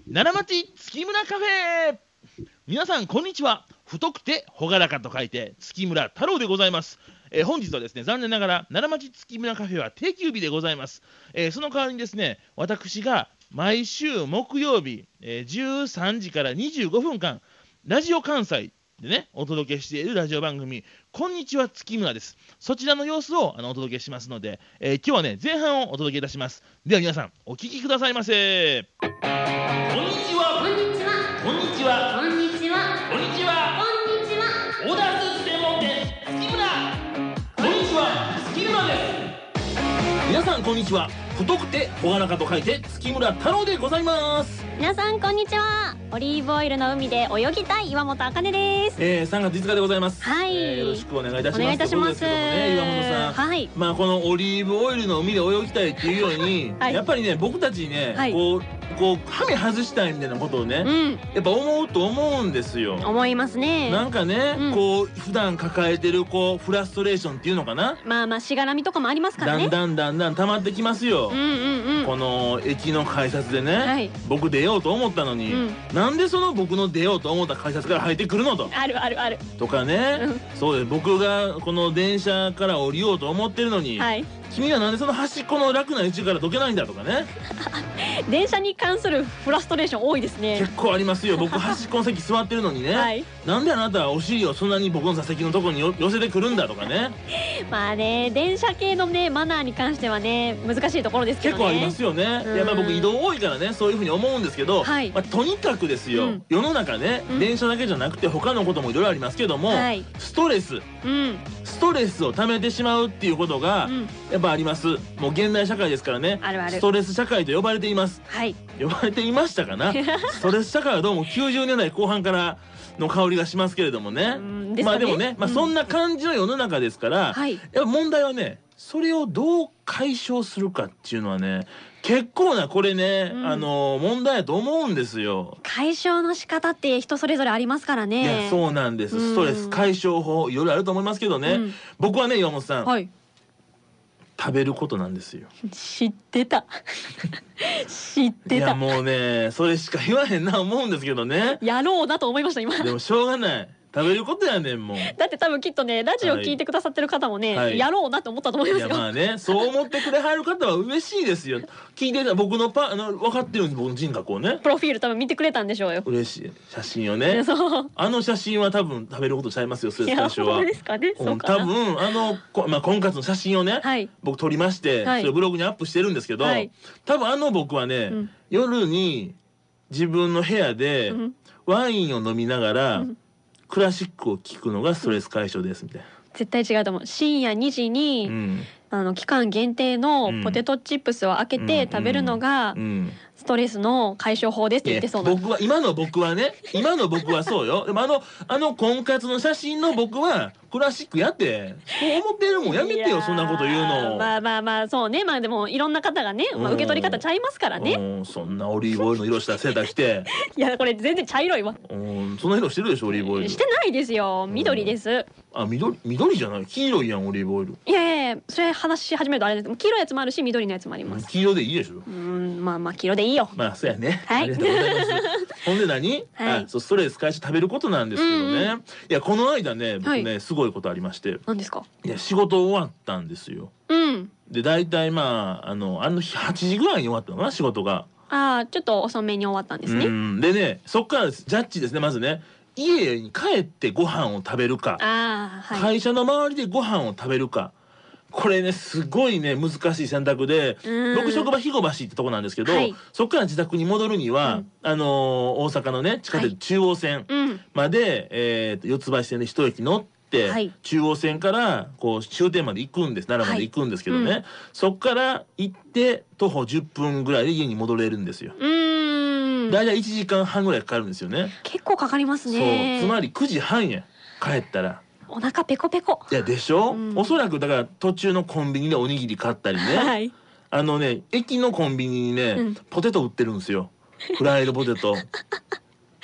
奈良町月村カフェ。皆さんこんにちは。太くて朗らかと書いて月村太郎でございます。本日はですね、残念ながら奈良町月村カフェは定休日でございます。その代わりにですね、私が毎週木曜日、13時から25分間ラジオ関西でねお届けしているラジオ番組こんにちは月村です。そちらの様子をお届けしますので、今日はね前半をお届けいたします。では皆さんお聞きくださいませ。こんにちは、 こんにちは、 こんにちは、 こんにちは、 こんにちは。 こんにちは。 オーダースーツ専門店月村。こんにちは、月村です。皆さんこんにちは。太くて朗らかと書いて月村太郎でございます。 皆さんこんにちは。オリーブオイルの海で泳ぎたい岩本茜です。 3月5日でございます。 はい、 よろしくお願いいたします。 お願いいたします。 ということですけどもね、岩本さん、 はい。 まあこのオリーブオイルの海で泳ぎたいっていうように、 はい、 やっぱりね僕たちにね、 はい、 こうハメ外したいみたいなことをね、やっぱ思うと思うんですよ。 思いますね。 なんかね、こう普段抱えてるフラストレーションっていうのかな。 まあしがらみとかもありますからね。 だんだん溜まってきますよ。この駅の改札でね、僕出ようと思ったのに、なんでその僕の出ようと思った改札から入ってくるのと。 あるとかね、そうです。僕がこの電車から降りようと思ってるのに、君はなんでその端っこの楽な位置からどけないんだとかね。 電車に関するフラストレーション多いですね。 結構ありますよ。僕端っこの席座ってるのにね、なんであなたはお尻をそんなに僕の座席のところに寄せてくるんだとかね。まあね、電車系のねマナーに関してはね難しいところですけどね。 結構ありますよね。いやまあ僕移動多いからねそういうふうに思うんですけど、とにかくですよ、世の中ね、電車だけじゃなくて他のこともいろいろありますけども、ストレスを溜めてしまうっていうことがやっぱあります。もう現代社会ですからね、ストレス社会と呼ばれています。呼ばれていましたかな。ストレス社会はどうも90年代後半からの香りがしますけれどもね。まあでもね、そんな感じの世の中ですから、やっぱ問題はね、それをどう解消するかっていうのはね、結構なこれね、問題だと思うんですよ。 解消の仕方って人それぞれありますからね。 いやそうなんです。ストレス解消法いろいろあると思いますけどね、僕はね岩本さん、食べることなんですよ。 知ってた知ってた。 いやもうねそれしか言わへんな思うんですけどね。 やろうなと思いました今。 でもしょうがない、食べることやねんもん。 だって多分きっとねラジオ聞いてくださってる方もね、やろうなと思ったと思いますよ。 いやまあね、そう思ってくれはる方は嬉しいですよ。聞いてた僕の分かってるんです、僕の人格をね。 プロフィール多分見てくれたんでしょうよ。 嬉しい写真をね。あの写真は多分食べることちゃいますよ。それ最初は。 そうですかね。 多分婚活の写真をね、僕撮りまして、それをブログにアップしてるんですけど、多分僕はね、夜に自分の部屋でワインを飲みながらクラシックを聴くのがストレス解消ですみたいな。 絶対違うと思う。深夜2時に、期間限定のポテトチップスを開けて食べるのがストレスの解消法ですって言ってそうな。 今の僕はそうよ。でも婚活の写真の僕はクラシックやってそう思ってるもん。やめてよそんなこと言うの。 まあそうね。まあでもいろんな方がね、受け取り方ちゃいますからね。 そんなオリーブオイルの色したセーター着ていやこれ全然茶色いわ。 そんな色してるでしょオリーブオイル。 してないですよ。緑です。 緑じゃない、黄色いやんオリーブオイル。 いやそれ話し始めるとあれです。黄色いやつもあるし緑のやつもあります。 黄色でいいでしょ。 まあ黄色でいいよ。 まあそうやね。ありがとうございます。ほんで何？ストレス解消食べることなんですけどね。いやこの間ね僕ねすごいことありまして。 何ですか？いや仕事終わったんですよ。で大体まああの日8時ぐらいに終わったのかな仕事が。 ちょっと遅めに終わったんですね。 でねそっからジャッジですね。まずね家に帰ってご飯を食べるか、会社の周りでご飯を食べるか。これねすごいね難しい選択で、僕職場肥後橋ってとこなんですけど、そっから自宅に戻るには、大阪のね地下鉄中央線まで、四ツ橋線で一駅乗って、中央線からこう終点まで行くんです。奈良まで行くんですけどね、そっから行って徒歩10分ぐらいで家に戻れるんですよ。だいたい1時間半ぐらいかかるんですよね。 結構かかりますね。 そう、つまり9時半や帰ったら。 お腹ペコペコ。 いやでしょ、おそらくだから途中のコンビニでおにぎり買ったりね、駅のコンビニにね、ポテト売ってるんですよ。フライドポテト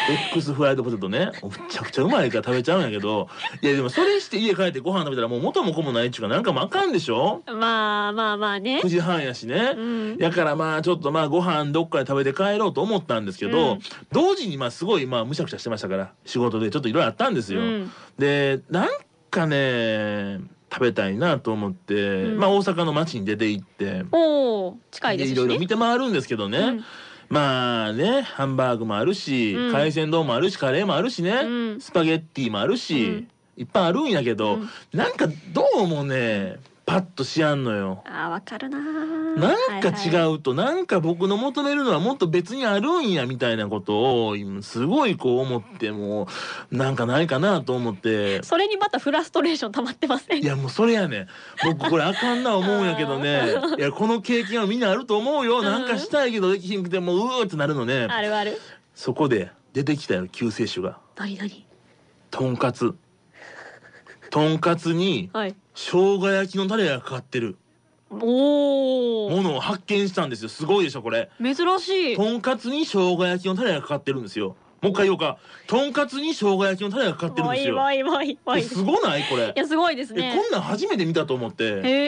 X フライドポテトね、むちゃくちゃうまいから食べちゃうんやけど、いやでもそれして家帰ってご飯食べたらもう元も子もないっちゅうか、なんかもあかんでしょ。 まあまあまあね。 9時半やしね、やからまあちょっとまあご飯どっかで食べて帰ろうと思ったんですけど、同時にまあすごいまあむしゃくしゃしてましたから、仕事でちょっといろいろあったんですよ。でなんかね食べたいなと思って、まあ大阪の街に出て行って、 近いですしね、 いろいろ見て回るんですけどね、まあね、ハンバーグもあるし、海鮮丼もあるし、カレーもあるしね、スパゲッティもあるし、いっぱいあるんやけど、なんかどうもねパッとしやんのよ。 わかるな。 なんか違うと、なんか僕の求めるのはもっと別にあるんやみたいなことをすごいこう思って、もうなんかないかなと思って。 それにまたフラストレーション溜まってません？ いやもうそれやねん、僕これあかんな思うんやけどねいやこの経験はみんなあると思うよ。なんかしたいけどできひんくてもうってなるのね。 あるある。 そこで出てきたよ救世主が。 何？ とんかつ。とんかつに生姜焼きのタレがかかってるものを発見したんですよ。すごいでしょこれ。 珍しい。 とんかつに生姜焼きのタレがかかってるんですよ。もう一回言おうか。とんかつに生姜焼きのタレがかかってるんですよ。すごないこれ。 いやすごいですね。 こんなん初めて見たと思って。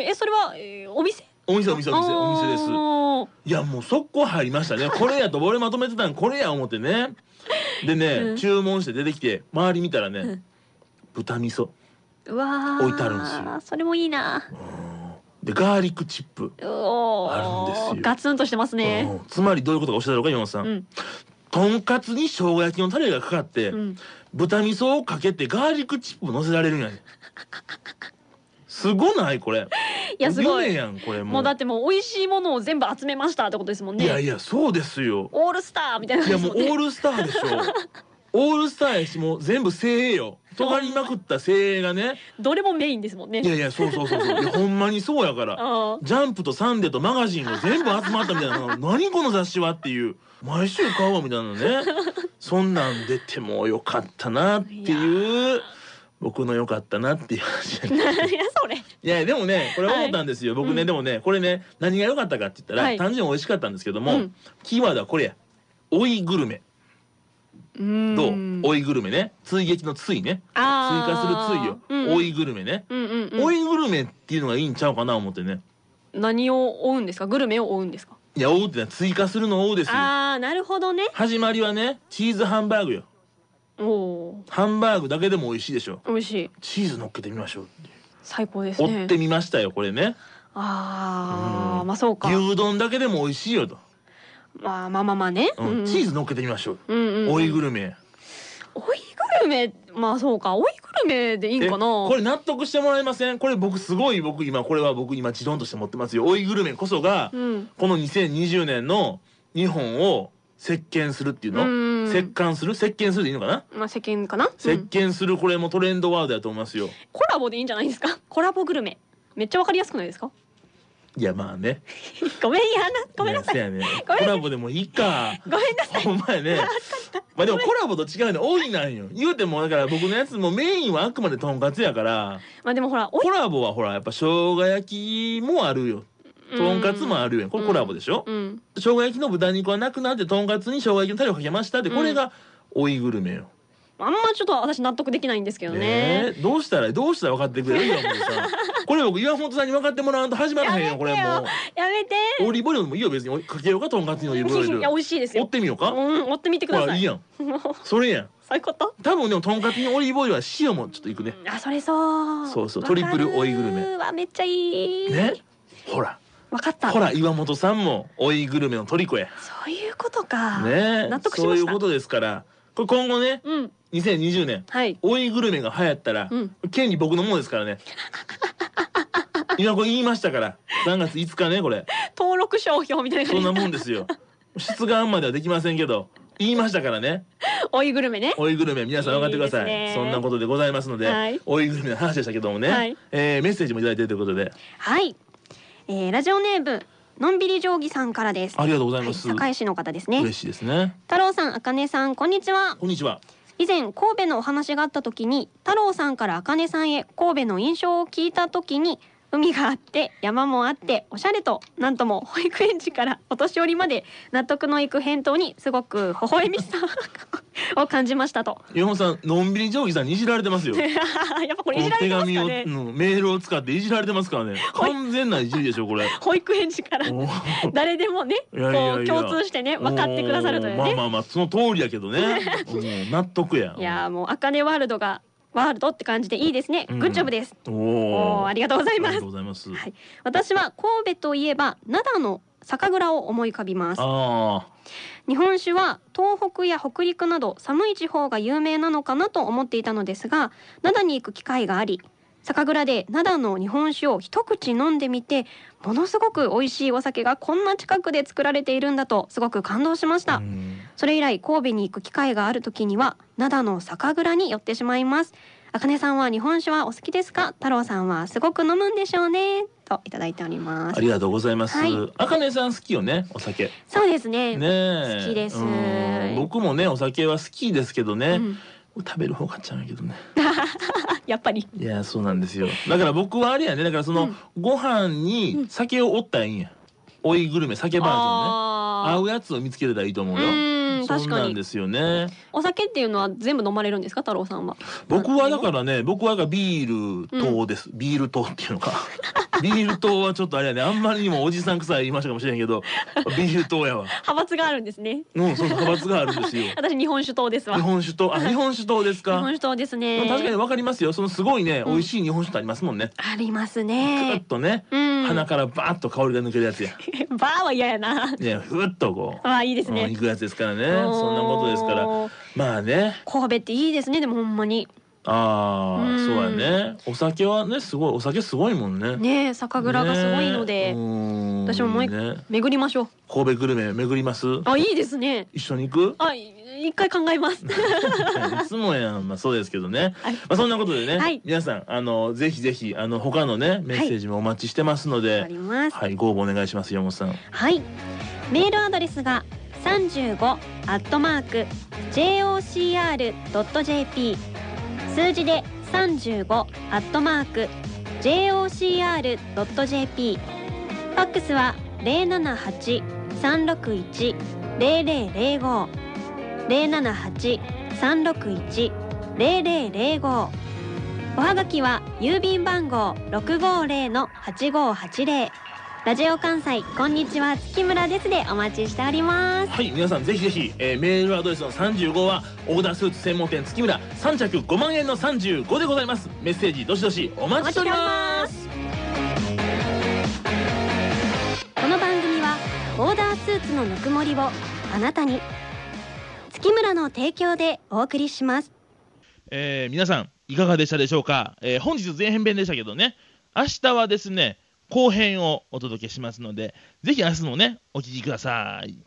それはお店？お店です。いやもう速攻入りましたね。これやと俺まとめてたんこれや思ってね。でね、注文して出てきて周り見たらね、豚味噌置いてあるんですよ。 それもいいな。 でガーリックチップあるんですよ。 ガツンとしてますね。 つまりどういうことか教えたのか、岩本さん。とんかつに生姜焼きのタレがかかって、豚味噌をかけてガーリックチップ乗せられるんやね。すごないこれ。 いやすごい。 夢やんこれ。 もうだってもう美味しいものを全部集めましたってことですもんね。 いやいやそうですよ。 オールスターみたいな。 いやもうオールスターでしょ。オールスターやし、もう全部精鋭よ。尖りまくった精鋭がね。 どれもメインですもんね。 いやいやそうほんまにそうやから。ジャンプとサンデーとマガジンが全部集まったみたいな。何この雑誌はっていう。毎週買うわみたいなね。そんなん出てもよかったなっていう。僕の良かったなっていう話。 いやそれ。 いやでもねこれ思ったんですよ。僕ねでもねこれね何が良かったかって言ったら単純に美味しかったんですけども、キーワードはこれや。追いグルメ。どう？追いグルメね。追撃の追ね。追加する追よ。追いグルメね。追いグルメっていうのがいいんちゃうかな思ってね。 何を追うんですか？グルメを追うんですか？ いや追うってのは追加するのを追うですよ。 なるほどね。 始まりはねチーズハンバーグよ。ハンバーグだけでも美味しいでしょ。 美味しい。 チーズ乗っけてみましょう。 最高ですね。 追ってみましたよこれね。 まあそうか。 牛丼だけでも美味しいよと。 まあね。 チーズ乗っけてみましょう。追いグルメ。 追いグルメ、まあそうか。追いグルメでいいんかな。 これ納得してもらえません？これ僕すごい僕今持論として持ってますよ。追いグルメこそがこの2020年の日本を席巻するっていうの？席巻するでいいのかな？ まあ世間かな？ 席巻するこれもトレンドワードやと思いますよ。 コラボでいいんじゃないですか？コラボグルメ。めっちゃわかりやすくないですか？ いやまあね。 ごめんなさい。 コラボでもいいか。 ごめんなさい。 お前ね。まあでもコラボと違うの多いなんよ。言うてもだから僕のやつもメインはあくまでとんかつやから。 まあでもほらコラボはほらやっぱ生姜焼きもあるよ。とんかつもあるよ。これコラボでしょ。生姜焼きの豚肉はなくなってとんかつに生姜焼きのタレをかけましたってこれが追いグルメよ。 あんまちょっと私納得できないんですけどね。 どうしたら分かってくれるよ。これ僕岩本さんに分かってもらわんと始まらへんよこれもう。 やめて。 オリーブオイルもいいよ別にかけようかとんかつにオリーブオイル。 いや美味しいですよ。 追ってみようか。 追ってみてください。 いいやん。それやん。 そういうこと？ 多分でもとんかつにオリーブオイルは塩もちょっといくね。 それそう。 そうトリプル追いグルメ。 めっちゃいい。 ね。ほら。 分かった。 ほら岩本さんも追いグルメの虜や。 そういうことか。 ね。 納得しました。 そういうことですから。これ今後ね。2020年追いグルメが流行ったら権利僕のものですからね。今これ言いましたから3月5日ねこれ登録商標みたいな。 そんなもんですよ。出願まではできませんけど言いましたからね。 追いグルメね。 追いグルメ皆さん分かってください。そんなことでございますので追いグルメの話でしたけどもね。メッセージもいただいているということで。 はい。ラジオネームのんびり定規さんからです。 ありがとうございます。 堺市の方ですね。 嬉しいですね。 太郎さん、あかねさん、こんにちは。 こんにちは。 以前神戸のお話があった時に太郎さんからあかねさんへ神戸の印象を聞いた時に海があって山もあっておしゃれとなんとも保育園児からお年寄りまで納得のいく返答にすごく微笑みしたを感じましたと。 山本さん、のんびり定規さんにいじられてますよ。 やっぱこれいじられてますかね。 手紙を、メールを使っていじられてますからね。完全ないじりでしょこれ。 保育園児から誰でもね、こう共通してね分かってくださるというね。 まあその通りやけどね。納得や。 いやもうあかねワールドって感じでいいですね。グッジョブです。お、ありがとうございます。はい、私は神戸といえば灘の酒蔵を思い浮かびます。日本酒は東北や北陸など寒い地方が有名なのかなと思っていたのですが、灘に行く機会があり、酒蔵で灘の日本酒を一口飲んでみて、ものすごく美味しいお酒がこんな近くで作られているんだとすごく感動しました。それ以来神戸に行く機会がある時には灘の酒蔵に寄ってしまいます。あかねさんは日本酒はお好きですか？太郎さんはすごく飲むんでしょうね、といただいております。 ありがとうございます。あかねさん好きよね、お酒。 そうですね。好きです。 僕もねお酒は好きですけどね、食べる方がちゃうんやけどね。 やっぱり。 いやそうなんですよ。だから僕はあれやね、だからその、ご飯に酒をおったらいいんや。追いグルメ、酒バージョンね。合うやつを見つけれたらいいと思うよ。確かにですよね。 お酒っていうのは全部飲まれるんですか、太郎さんは？ 僕はだからね、僕はビール糖です。ビール糖っていうのか。ビール糖はちょっとあれやね、あんまりにもおじさん臭い言いましたかもしれんけど、ビール糖やわ。 派閥があるんですね。 そう派閥があるんですよ。 私日本酒糖ですわ。 日本酒糖、日本酒糖ですか。 日本酒糖ですね。 確かにわかりますよ。そのすごいね、美味しい日本酒ってありますもんね。 ありますね。 ふっとね、鼻からバーッと香りが抜けるやつや。 バーは嫌やな。 ね、ふっとこう。 いいですね。 いくやつですからね。そんなことですから。まあね。 神戸っていいですね。でもほんまに。 そうやね。お酒はねすごい、お酒すごいもんね。 ね、酒蔵がすごいので、私ももう巡りましょう。 神戸グルメ巡ります。 いいですね。 一緒に行く？ 一回考えます。いつもやん、そうですけどね。そんなことでね、皆さんぜひぜひ他のねメッセージもお待ちしてますので、ご応募お願いします。山本さん。はい。 メールアドレスが35@jocr.jp、数字で35@jocr.jp、ファックスは078-361-0005、078-361-0005。おはがきは郵便番号 650-8580、ラジオ関西こんにちは月村ですでお待ちしております。 はい、皆さんぜひぜひ、メールアドレスの35はオーダースーツ専門店月村、3着5万円の35でございます。メッセージどしどしお待ちしております。 この番組はオーダースーツのぬくもりをあなたに、月村の提供でお送りします。 皆さんいかがでしたでしょうか。本日前編弁でしたけどね、明日はですね後編をお届けしますので、ぜひ明日もねお聞きください。